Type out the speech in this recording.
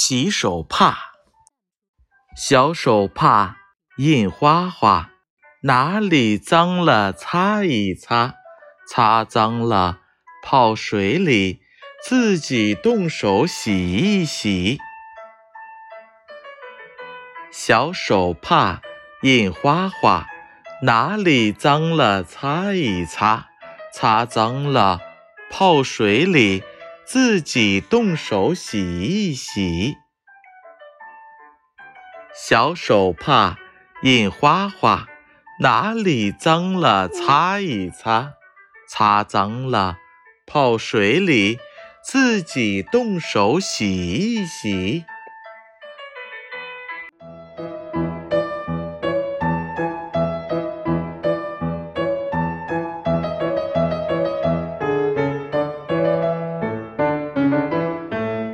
洗手帕。小手帕印花花，哪里脏了擦一擦，擦脏了泡水里，自己动手洗一洗。小手帕印花花，哪里脏了擦一擦，擦脏了泡水里，自己动手洗一洗。小手帕印花花，哪里脏了擦一擦，擦脏了泡水里，自己动手洗一洗。